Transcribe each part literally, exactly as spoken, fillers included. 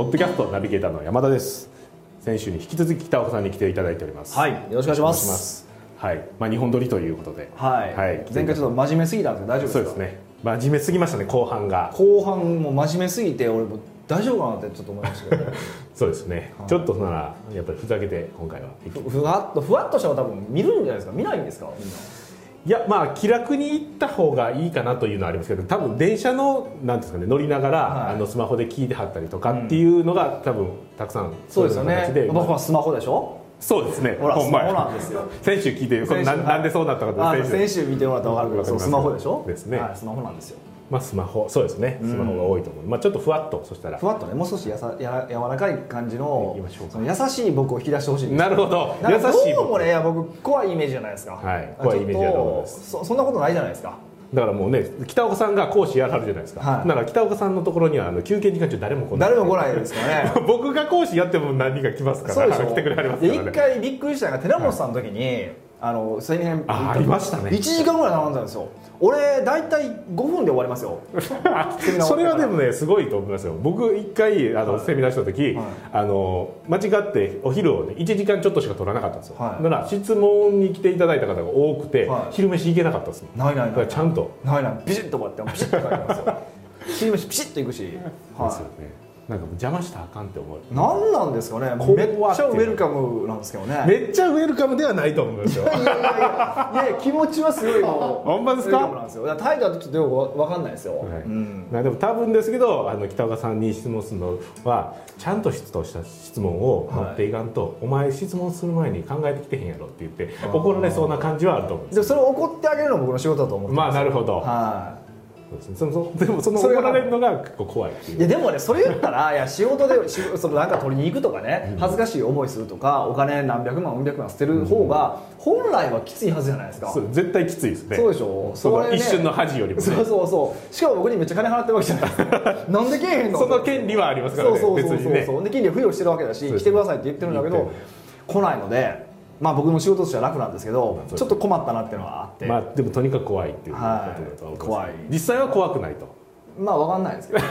ッドキャストナビゲーターの山田です。先週に引き続き北岡さんに来ていただいております。 はい、よろしくお願いします。 はい、まあ、日本撮りということで、 はい、はい、前回ちょっと真面目すぎたんですけど大丈夫ですか？ そうですね、真面目すぎましたね。後半が後半も真面目すぎて俺も大丈夫かなってちょっと思いましたけど、ね、 そうですね、はい、ちょっとならやっぱりふざけて今回はふ, ふわっとふわっとしたの多分見るんじゃないですか？見ないんですかみんな？ いや、まあ気楽に行った方がいいかなというのはありますけど、多分電車のなんですかね、乗りながら、はい、あのスマホで聞いてはったりとかっていうのが、うん、多分たくさんそうですよね。僕はスマホでしょ。 そうですね。 ほらスマホなんですよ。 先週聞いて先週 な, なんでそうなったかって先週見てもらったら分かるけど、スマホでしょ。 ですね。 はい、スマホなんですよ。 まあスマホ、そうですね。スマホが多いと思う。うん、まあちょっとふわっと、そしたらふわっとね、もう少しやさや柔らかい感じのその優しい僕を引き出してほしいんです。 なるほど。 優しい。どうもね、いや僕怖いイメージじゃないですか。 はい。怖いイメージだと思います。 そそんなことないじゃないですか。 だからもうね、北岡さんが講師やらはるじゃないですか。はい、だから北岡さんのところにはあの休憩時間中誰も来ない。 誰も来ないですかね。 僕が講師やっても何人か来ますから。 そうでしょ。 来てくれはりますからね。 一回びっくりしたのが寺本さんの時に、はい、あの宣言あ, ありましたね。 いちじかんぐらい並んだんですよ。俺大体ごふんで終わりますよ。 それはでもねすごいと思いますよ。僕一回あの、はい、セミナーした時、はい、あの間違ってお昼をねいちじかんちょっとしか取らなかったんですよ。はい、だから質問に来ていただいた方が多くて、はい、昼飯行けなかったですもん。 ないないない。だからちゃんとないないビシッと終わってビシッと帰りますよ。昼飯ピシッと行くし。はい、 ですよね。なんか邪魔したらあかんって思う。 なんなんですかね。めっちゃウェルカムなんですけどね。 めっちゃウェルカムではないと思うんですよ。いやいやいやいや気持ちはすごいもう。 本当ですか？ なんですよ。だから態度はちょっとよくわかんないですよ。はい、 うん。でも多分ですけど、あの北岡さんに質問するのはちゃんと質とした質問を持っていかんと、はい、お前質問する前に考えてきてへんやろって言って怒られそうな感じはあると思うんですよ。 でそれを怒ってあげるのが僕の仕事だと思ってます。 まあなるほど。 はい。 そのでもその怒られるのが結構怖いっていう。 いやでもねそれ言ったらいや仕事でそのなんか取りに行くとかね、恥ずかしい思いするとかお金何百万何百万捨てる方が本来はきついはずじゃないですか。 そう絶対きついですね。 そうでしょ。 その一瞬の恥よりもね。 そうそうそう。しかも僕にめっちゃ金払ってるわけじゃないですか。なんでけえへんの？ その権利はありますからね。 そうそうそうそう。 別にね。 で権利は付与してるわけだし来てくださいって言ってるんだけど来ないので。まあ僕の仕事としては楽なんですけど、ちょっと困ったなっていうのはあって。 まあでもとにかく怖いっていうことだと思います。はい、 怖い。 実際は怖くないと。 まあわかんないですけど。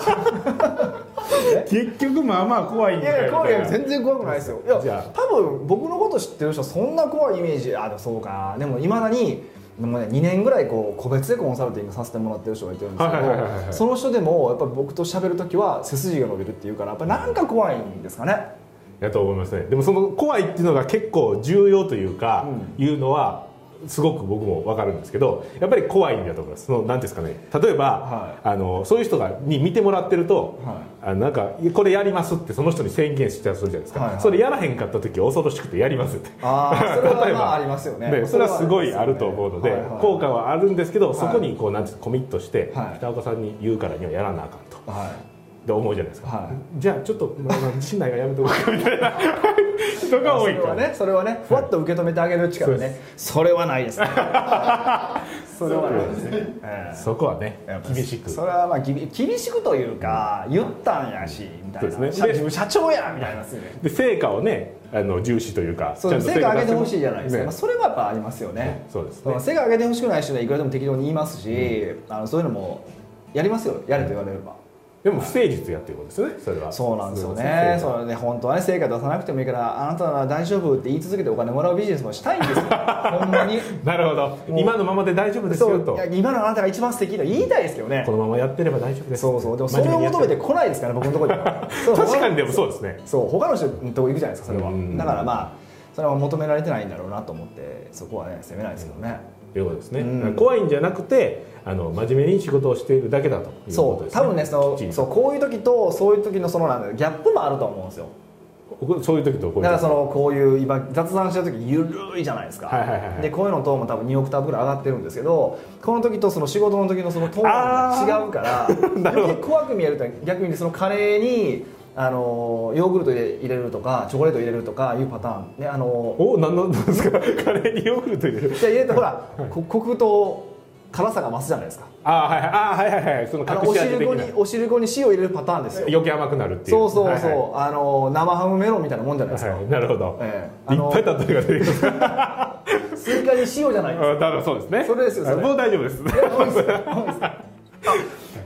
結局まあまあ怖いんだよ。いや怖いや全然怖くないですよ。いや多分僕のこと知ってる人はそんな怖いイメージあでそうかな。でもいまだにでもねにねんぐらいこう個別でコンサルティングさせてもらってる人がいてるんですけど、その人でもやっぱり僕と喋るときは背筋が伸びるっていうからやっぱりなんか怖いんですかね。 やと思いますね。でもその怖いっていうのが結構重要というか、うん、いうのはすごく僕も分かるんですけど、やっぱり怖いんだと思います。そのなんですかね。例えば、はい、あのそういう人がに見てもらってると、はい、あのなんかこれやりますってその人に宣言したりするじゃないですか。はいはい、それやらへんかった時恐ろしくてやりますって。 あそれはまあありますよね。 ねそれはすごいあると思うので、はいはい、効果はあるんですけど、そこにこうなんてコミットして、はい、北岡さんに言うからにはやらなあかんと。はいって思うじゃないですか、はい、じゃあちょっと、まあ、自信ないがやめとこうかみたいな人が多いから、 ね、それはねふわっと受け止めてあげる力ね、はい、それはないですねそれはないですね、 えー、そこはね厳しくそれはまあ厳しくというか、うん、言ったんやしみたいな、ね、社, 社長やみたいなで成果をねあの重視というかそう成果上げてほしいじゃないですか、ねまあ、それはやっぱありますよね、 そうですね成果上げてほしくない人はいくらでも適当に言いますし、うん、あのそういうのもやりますよやれと言われれば、 でも不誠実やっていうことですよね。それはそうなんですよね。それね本当はね成果出さなくてもいいからあなたは大丈夫って言い続けてお金もらうビジネスもしたいんですよ。ほんまに。 なるほど。今のままで大丈夫ですよと。 いや今のあなたが一番素敵だ言いたいですけどね。 このままやってれば大丈夫です。 そうそう。でもそれを求めて来ないですからね僕のところには。 確かにでもそうですね。 そう他の人のとこ行くじゃないですかそれは。だからまあそれは求められてないんだろうなと思ってそこはね責めないですけどね。 ということですね。うん、怖いんじゃなくて。あの真面目に仕事をしているだけだということですね。 そう多分ねそのそうこういう時とそういう時のそのなんギャップもあると思うんですよ。 そういう時とこういう時だからそのこういう今雑談してる時ゆるいじゃないですか。でこういうのとも多分にオクターブぐらい上がってるんですけどこの時とその仕事の時のそのトーンが違うから余計怖く見えると逆にそのカレーにあのヨーグルト入れるとかチョコレート入れるとかいうパターンねあのお何なんですかカレーにヨーグルト入れるじゃ入れてほらコクと辛さが増すじゃないですか。 あはいはいあはいはいはいその隠し味的なお汁粉に塩入れるパターンですよ。 余計甘くなるっていう。 そうそうそう、はいはい、あの生ハムメロンみたいなもんじゃないですか。はい、 なるほど。ええ、いっぱい例えが出てきます。 スイカに塩じゃないですか。 だからそうですね。 それですよ。それもう大丈夫です。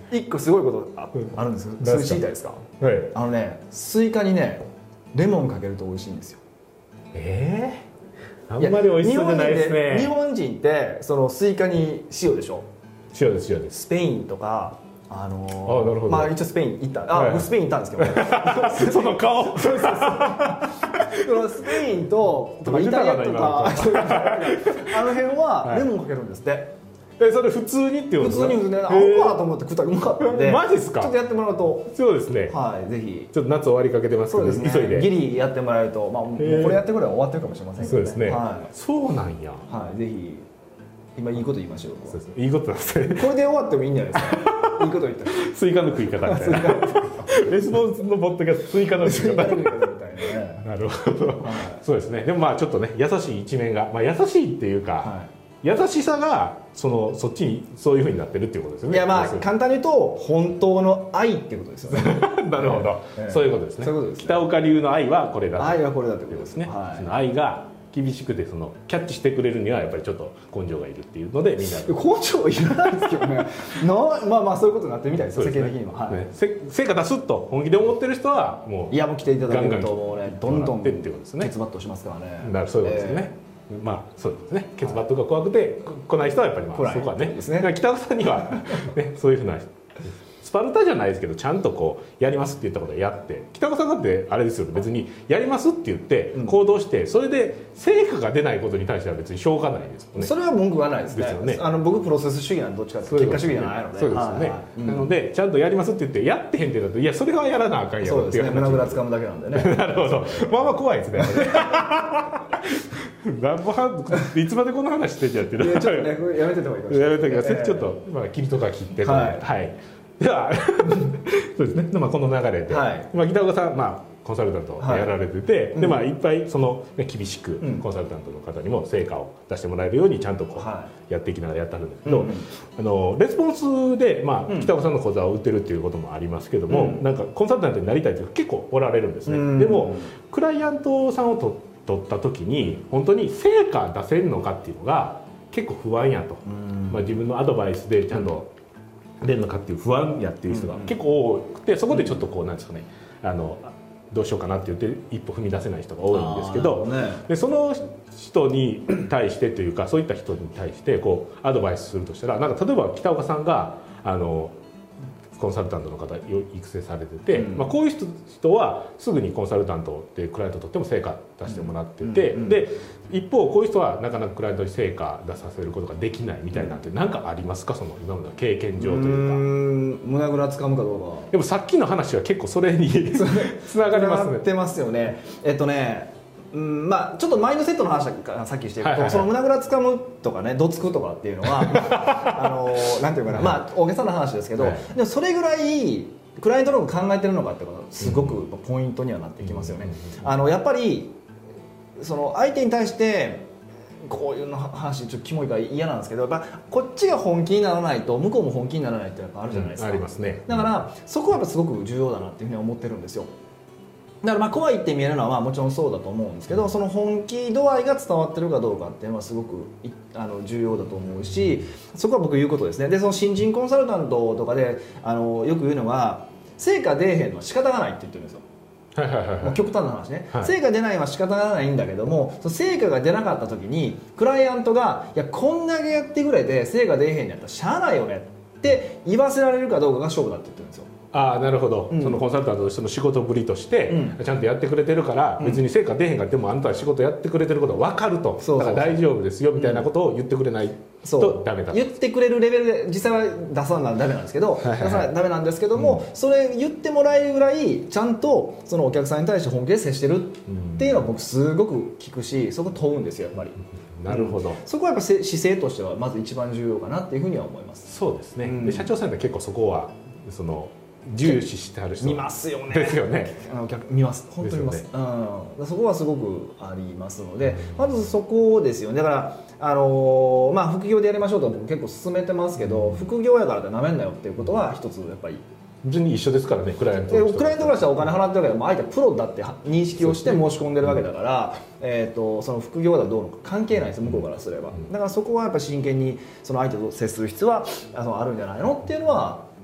一個すごいこと あ,、うん、あるんですよ。それ知りたいですか？ はい、 あのねスイカにねレモンかけると美味しいんですよ。 えー、あんまり美味しそうじゃないですね。 日本人ってそのスイカに塩でしょ。 塩です塩です。 スペインとかあのー、あなるほど。 まあ一応スペイン行ったあ、はい、スペイン行ったんですけど、ね、 その顔そうそうそうそのスペインととかイタリアとかあの辺はレモンかけるんですって、はい、 えそれ普通にっていうことですか？ 普通に普通にあうかと思って食ったらうまかったんでマジですか？ ちょっとやってもらうと。 そうですね、 はいぜひ。 ちょっと夏終わりかけてますけど、ね、急いでギリやってもらえると、まあ、もうこれやってくれば終わってるかもしれませんけど、ね、 そうですね、 はい、 そうなんや、 はい、ぜひ今いいこと言いましょう。 そうですね、いいことなんですね。 これで終わってもいいんじゃないですかいいこと言ったらスイカの食い方みたいなレスポンスのボットがスイカの食い方みたいなね。なるほど、はい、そうですね。でもまあちょっとね優しい一面が、まあ、優しいっていうか、はい、優しさがそのそっちにそういうふうになってるっていうことですよね。 いやまあ簡単に言うと本当の愛っていうことですよねなるほど、えー、そういうことですね。 そういうことですね。 北岡流の愛はこれだと。 愛はこれだってことですね、 はい、その愛が厳しくてそのキャッチしてくれるにはやっぱりちょっと根性がいるっていうのでみんな根性はいらないですけどねなまあまあそういうことになってるみたいですよ、世間的には、はい、 ね、成果出すと本気で思ってる人はもういやもう来ていただけるともうねどんどんってっていうことですね。 ケツバットしますからね。 だからそういうことですね、えー、まあそうですね。ケツバットが怖くて来ない人はやっぱりまあそこはねですね。北岡さんには、ね、そういうふうなスパルタじゃないですけどちゃんとこうやりますって言ったことをやって北岡さんだってあれですよね、別にやりますって言って行動してそれで成果が出ないことに対しては別にしょうがないですよね。 それは文句はないですね。 ですよね。 あの僕プロセス主義なんでどっちかっていうと結果主義じゃないので。 そうですよね、はいはい、なのでちゃんとやりますって言ってやってへんってなるといやそれはやらなあかんやろっていう話。そうですね、胸ぐらつかむだけなんでねなるほど、まあまあ怖いですねいつまでこの話してんじゃってる。 いやちょっとねやめてた方がいいかもしれない。 やめてください、えー、ちょっと、まあ、霧とか切ってはい、はいではそうですね、まあ、この流れで、はい、まあ、北岡さん、まあ、コンサルタントをやられてて、はい、でまあ、いっぱいその、ね、厳しくコンサルタントの方にも成果を出してもらえるようにちゃんとこう、はい、やっていきながらやってはるんですけど、うん、あのレスポンスで、まあ、北岡さんの講座を売ってるっていうこともありますけども、うん、なんかコンサルタントになりたいという人結構おられるんですね、うん、でもクライアントさんをと取った時に本当に成果出せるのかっていうのが結構不安やと、うん、まあ、自分のアドバイスでちゃんと出るのかっていう不安やっていう人が結構多くて、そこでちょっとこうなんですかね、あのどうしようかなって言って一歩踏み出せない人が多いんですけど、ね、でその人に対してというかそういった人に対してこうアドバイスするとしたら、なんか例えば北岡さんがあのコンサルタントの方育成されてて、うん、まあ、こういう人、人はすぐにコンサルタントでクライアントとっても成果出してもらってて、うんうん、で一方こういう人はなかなかクライアントに成果出させることができないみたいなって何かありますか、その今までの経験上というか。うーん、胸ぐらつかむかどうか。 でもさっきの話は結構それにつながりますね。つながってますよね。えっとねうん、まあ、ちょっとマインドセットの話からさっきしていくと、はいはいはい、その胸ぐらつかむとかねどつくとかっていうのはあのなんていうかな、まあ大げさな話ですけど、はい、でもそれぐらいクライアントのこと考えてるのかってことはすごくポイントにはなってきますよね。あのやっぱりその相手に対してこういうの話ちょっとキモいから嫌なんですけど、やっぱこっちが本気にならないと向こうも本気にならないってやっぱあるじゃないですか、うん、 ありますね。 だからそこはやっぱすごく重要だなっていうふうに思ってるんですよ。だからまあ怖いって見えるのはまあもちろんそうだと思うんですけど、その本気度合いが伝わってるかどうかっていうのはすごくあの重要だと思うし、そこは僕言うことですね。でその新人コンサルタントとかであのよく言うのは成果出えへんのは仕方がないって言ってるんですよ。 はいはいはいはい、 もう極端な話ね、 はい、 成果出ないのは仕方がないんだけども、その成果が出なかった時にクライアントがいやこんだけやってくれて成果出えへんのやったらしゃあないよねって言わせられるかどうかが勝負だって言ってるんですよ。 ああなるほど、うん、そのコンサルタントとしての仕事ぶりとして、うん、ちゃんとやってくれてるから、うん、別に成果出へんかってもあなたは仕事やってくれてることは分かると、だから大丈夫ですよみたいなことを言ってくれないとダメだと。 言ってくれるレベルで実際は出さないとダメなんですけど、出さないとダメなんですけども、うん、それ言ってもらえるぐらいちゃんとそのお客さんに対して本気で接してるっていうのは僕すごく聞くし、そこ問うんですよやっぱり。 なるほど、うん、 そこはやっぱ姿勢としてはまず一番重要かなっていうふうには思います。 そうですね、うん、で社長さんって結構そこはその重視してある人見ますよね。 ですよね。 あの見ます本当に見ます、ね、うん、そこはすごくありますので、まずそこですよね。だからあのー、まあ副業でやりましょうと僕結構勧めてますけど、副業やからってなめんなよっていうことは一つやっぱり別に一緒ですからね。クライアントの人クライアントからしたらお金払ってるけど、相手はプロだって認識をして申し込んでるわけだから、えー、とその副業だどうのか関係ないです向こうからすれば。だからそこはやっぱ真剣にその相手と接する必要はあのあるんじゃないのっていうのは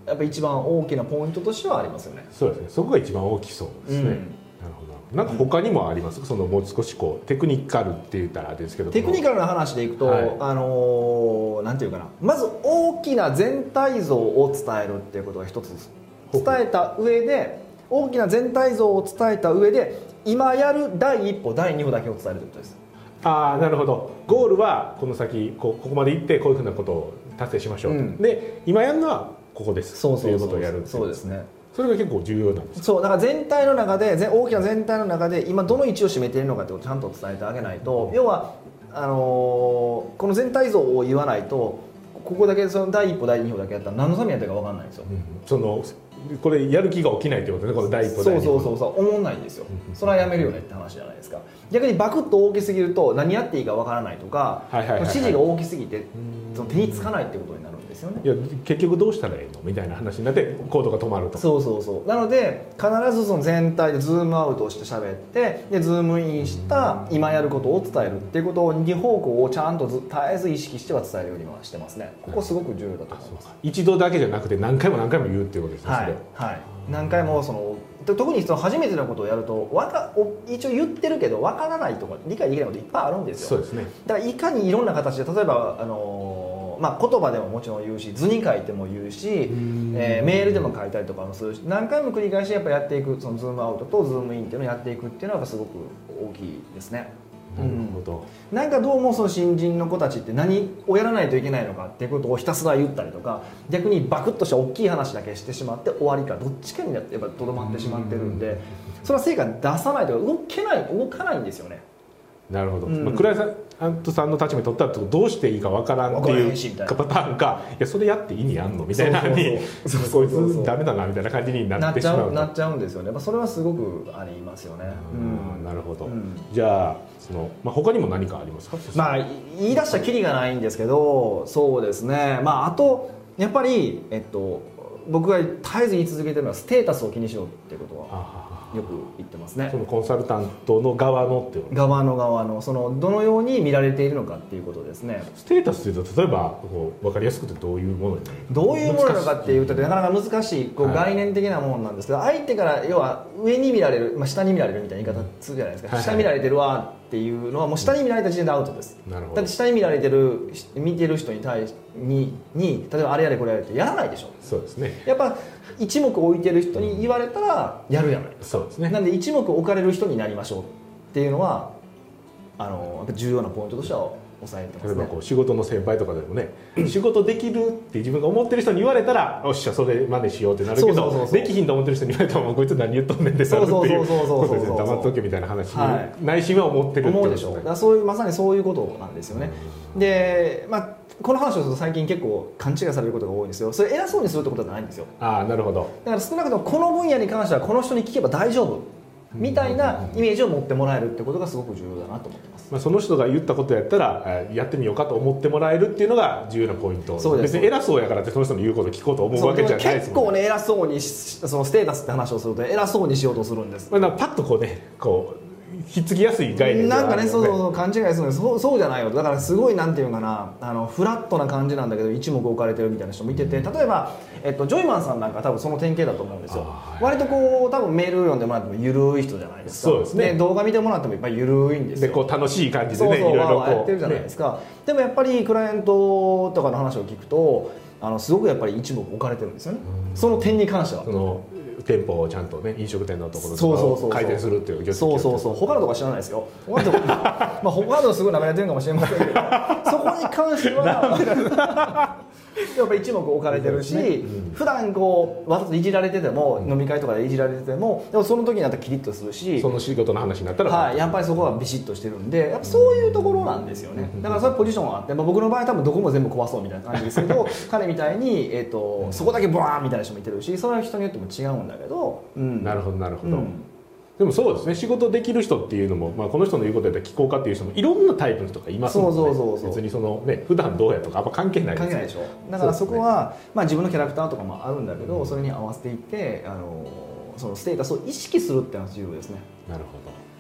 やっぱ一番大きなポイントとしてはありますよね。 そうですね、そこが一番大きそうですね、うん、なるほど。なんか他にもあります、うん、そのもう少しこうテクニカルって言ったらあれですけど、 テクニカルな話でいくと、はい、あのー、なんていうかな、まず大きな全体像を伝えるっていうことが一つです。伝えた上で大きな全体像を伝えた上で今やる第一歩第二歩だけを伝えるということです。 ああ、なるほど。ゴールはこの先こうここまで行ってこういうふうなことを達成しましょう、うん、で今やるのはここですということをやる。 そうですね、 それが結構重要なんです。 そうだから全体の中で大きな全体の中で今どの位置を占めているのかってことをちゃんと伝えてあげないと、要はあのー、この全体像を言わないとここだけその第一歩第二歩だけやったら何のためにやってるか分かんないんですよ、うん、 そのこれやる気が起きないってことね、この第一歩第二歩。 そうそうそうそう思わないんですよ、うん、それはやめるよねって話じゃないですか。逆にバクッと大きすぎると何やっていいか分からないとか、指示が大きすぎてその手につかないってことになるんですよね。 いや結局どうしたらいいのみたいな話になってコードが止まると。 そうそうそう。なので必ずその全体でズームアウトして喋ってでズームインした今やることを伝えるっていうことを二方向をちゃんと絶えず意識しては伝えるようにはしてますね。ここすごく重要だと思います。 一度だけじゃなくて何回も何回も言うっていうことですね。 はい、はい、何回もその特にその初めてのことをやるとわか一応言ってるけど分からないとか理解できないこといっぱいあるんですよ。 そうですね。 だからいかにいろんな形で例えばあの、まあ、言葉でももちろん言うし図に書いても言うし、えー、メールでも書いたりとかもするし何回も繰り返しやっぱやっていくそのズームアウトとズームインっていうのをやっていくっていうのはすごく大きいですね。 なるほど、 うん、なんかどうもその新人の子たちって何をやらないといけないのかっていうことをひたすら言ったりとか逆にバクッとした大きい話だけしてしまって終わりかどっちかにやってやっぱとどまってしまってるんでそれは成果出さないとか動けない動かないんですよね。 なるほど、うんまあ、倉井さんアントさんの立場にとったらどうしていいかわからんっていうパターンかいやそれやって意味あんのみたいなのにこいつダメだなみたいな感じになってしまうなっちゃうんですよね。それはすごくありますよね。 うん、なるほど、うん、じゃあその、まあ、他にも何かありますか。 まあ言い出したきりがないんですけどそうですね、まあ、あとやっぱり、えっと、僕が絶えず言い続けてるのはステータスを気にしろっていうことはよく言ってますね。 そのコンサルタントの側のっていう側の側のそのどのように見られているのかっていうことですね。 ステータスというと例えばこう分かりやすくてどういうものになるどういうものなのかっていうとなかなか難しいこう概念的なものなんですけど、はい、相手から要は上に見られる、まあ、下に見られるみたいな言い方するじゃないですか、はいはい、下見られてるわっていうのはもう下に見られた時点でアウトです、うん、なるほど。だって下に見られてる見てる人に対し に, に例えばあれやれこれやれってやらないでしょ。 そうですね。 やっぱ一目置いてる人に言われたらやるじゃないですか。 そうですね。 なんで一目置かれる人になりましょうっていうのはあのやっぱ重要なポイントとしては抑えてますね。 例えばこう仕事の先輩とかでもね仕事できるって自分が思ってる人に言われたらよっしゃそれ真似しようってなるけどできひんと思ってる人に言われたらこいつ何言っとんねんってなるっていうことで黙っとけみたいな話に内心は思ってるってことですね。 思うでしょ。だからそういうまさにそういうことなんですよね。で、まあ、この話をすると最近結構勘違いされることが多いんですよ。それ偉そうにするってことじゃないんですよ。 ああなるほど。 だから少なくともこの分野に関してはこの人に聞けば大丈夫みたいなイメージを持ってもらえるってことがすごく重要だなと思ってます。 まあ、その人が言ったことやったらやってみようかと思ってもらえるっていうのが重要なポイント。そうです。別に偉そうやからってその人の言うことを聞こうと思うわけじゃないですもんね。結構ね偉そうにそのステータスって話をすると偉そうにしようとするんです。 まあ、パッとこうねこうひっつきやすい概念なんかね、そうそうそう勘違いするんです。そうそうじゃないよ。だからすごいなんていうかなあのフラットな感じなんだけど一目置かれてるみたいな人もいてて、例えば、えっと、ジョイマンさんなんか多分その典型だと思うんですよ。割とこう多分メール読んでもらってもゆるい人じゃないですか。 そうですね。 で動画見てもらってもやっぱりゆるいんですよ。 でこう楽しい感じでね、 そうそういろいろこうやってるじゃないですか、ね、でもやっぱりクライアントとかの話を聞くとあのすごくやっぱり一目置かれてるんですよね。その点に関しては。その店舗をちゃんとね飲食店のところとか改善するっていうそうそうそう他のとこは知らないですよ。他のとこまあ他のとこすごい舐められてるかもしれませんけどそこに関してはやっぱ一目置かれてるし、ねうん、普段こうわざといじられてても、うん、飲み会とかでいじられててもでもその時になったらキリッとするしその仕事の話になったら、 はい、やっぱりそこはビシッとしてるんでやっぱそういうところなんですよね。だからそういうポジションがあって、まあ、僕の場合多分どこも全部壊そうみたいな感じですけど彼みたいに、えーと、そこだけブワーンみたいな人もいてるしそれは人によっても違うんだけど、うん、 なるほどなるほど、うんでもそうですね仕事できる人っていうのも、まあ、この人の言うことやったら聞こうかっていう人もいろんなタイプの人がいますので、ね、そうそうそうそう別にその、ね、普段どうやとかあんま関係ないです、ね、 関係ないでしょ。だからそこは、ねまあ、自分のキャラクターとかもあるんだけど、うん、それに合わせていってあのそのステータスを意識するっていうのは重要ですね。 なるほど。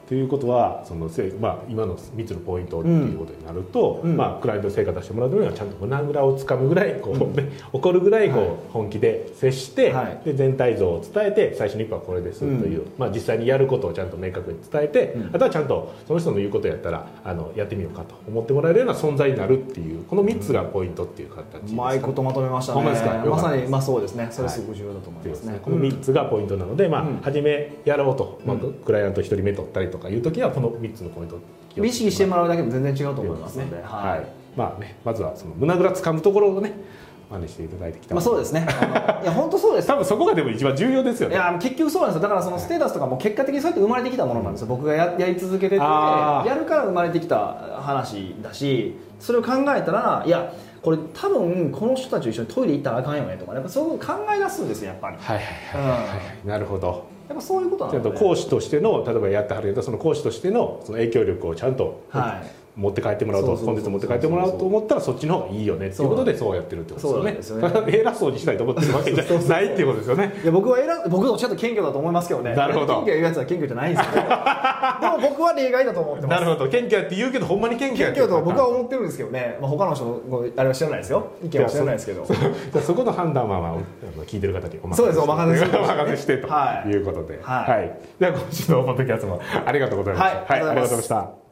ということはその、まあ、今のみっつのポイントっていうことになると、うんまあ、クライアントに成果出してもらうためにはちゃんと胸ぐらをつかむぐらいこう、うんね、怒るぐらいこう、はい、本気で接して、はい、で全体像を伝えて最初の一歩はこれですという、うんまあ、実際にやることをちゃんと明確に伝えて、うん、あとはちゃんとその人の言うことやったらあのやってみようかと思ってもらえるような存在になるっていうこのみっつがポイントっていう形です、ね、 うまいことまとめましたね。まさに、まあ、そうですね。それすごく重要だと思いますね、はい、 このみっつがポイントなので、まあうん、初めやろうと、まあ、クライアントひとりめ取ったりとかいう時はこのみっつのポイントを意識してもらうだけで全然違うと思いますので、 はい、まあね、まずはその胸ぐらつかむところをね真似していただいてきた、 まあ、そうですね。いや本当そうです。 多分そこがでも一番重要ですよね。 いや結局そうなんですよ。だからそのステータスとかも結果的にそうやって生まれてきたものなんですよ、うん、僕が や, やり続けててやるから生まれてきた話だし、それを考えたらいやこれ多分この人たちと一緒にトイレ行ったらあかんよねとかやっぱそういう考え出すんですよやっぱり。 はいはいはい、はいうん、なるほど。 やっぱそういうことなんですね。 ちゃんと講師としての例えばやってはるとその講師としてのその影響力をちゃんと、はい持って帰ってもらうと本日持って帰ってもらうと思ったらそっちの方がいいよねっていうことでそうやってるってことですよね。偉そうにしたいと思ってるわけじゃないっていうことですよね。 いや僕は偉僕とちゃんと謙虚だと思いますけどね。 なるほど。 謙虚やいうやつは謙虚じゃないんですけどでも僕は例外だと思ってます。 なるほど。謙虚やって言うけどほんまに謙虚やって謙虚と僕は思ってるんですけどね、まあ、他の人のあれは知らないですよ。意見は知らないですけどじゃあそこの判断は、まあ、聞いてる方にお任せしてそうですお任せして、 お任せしてということで、はいはい、では今週のポッドキャストもありがとうございました。はい、はい、ありがとうございました。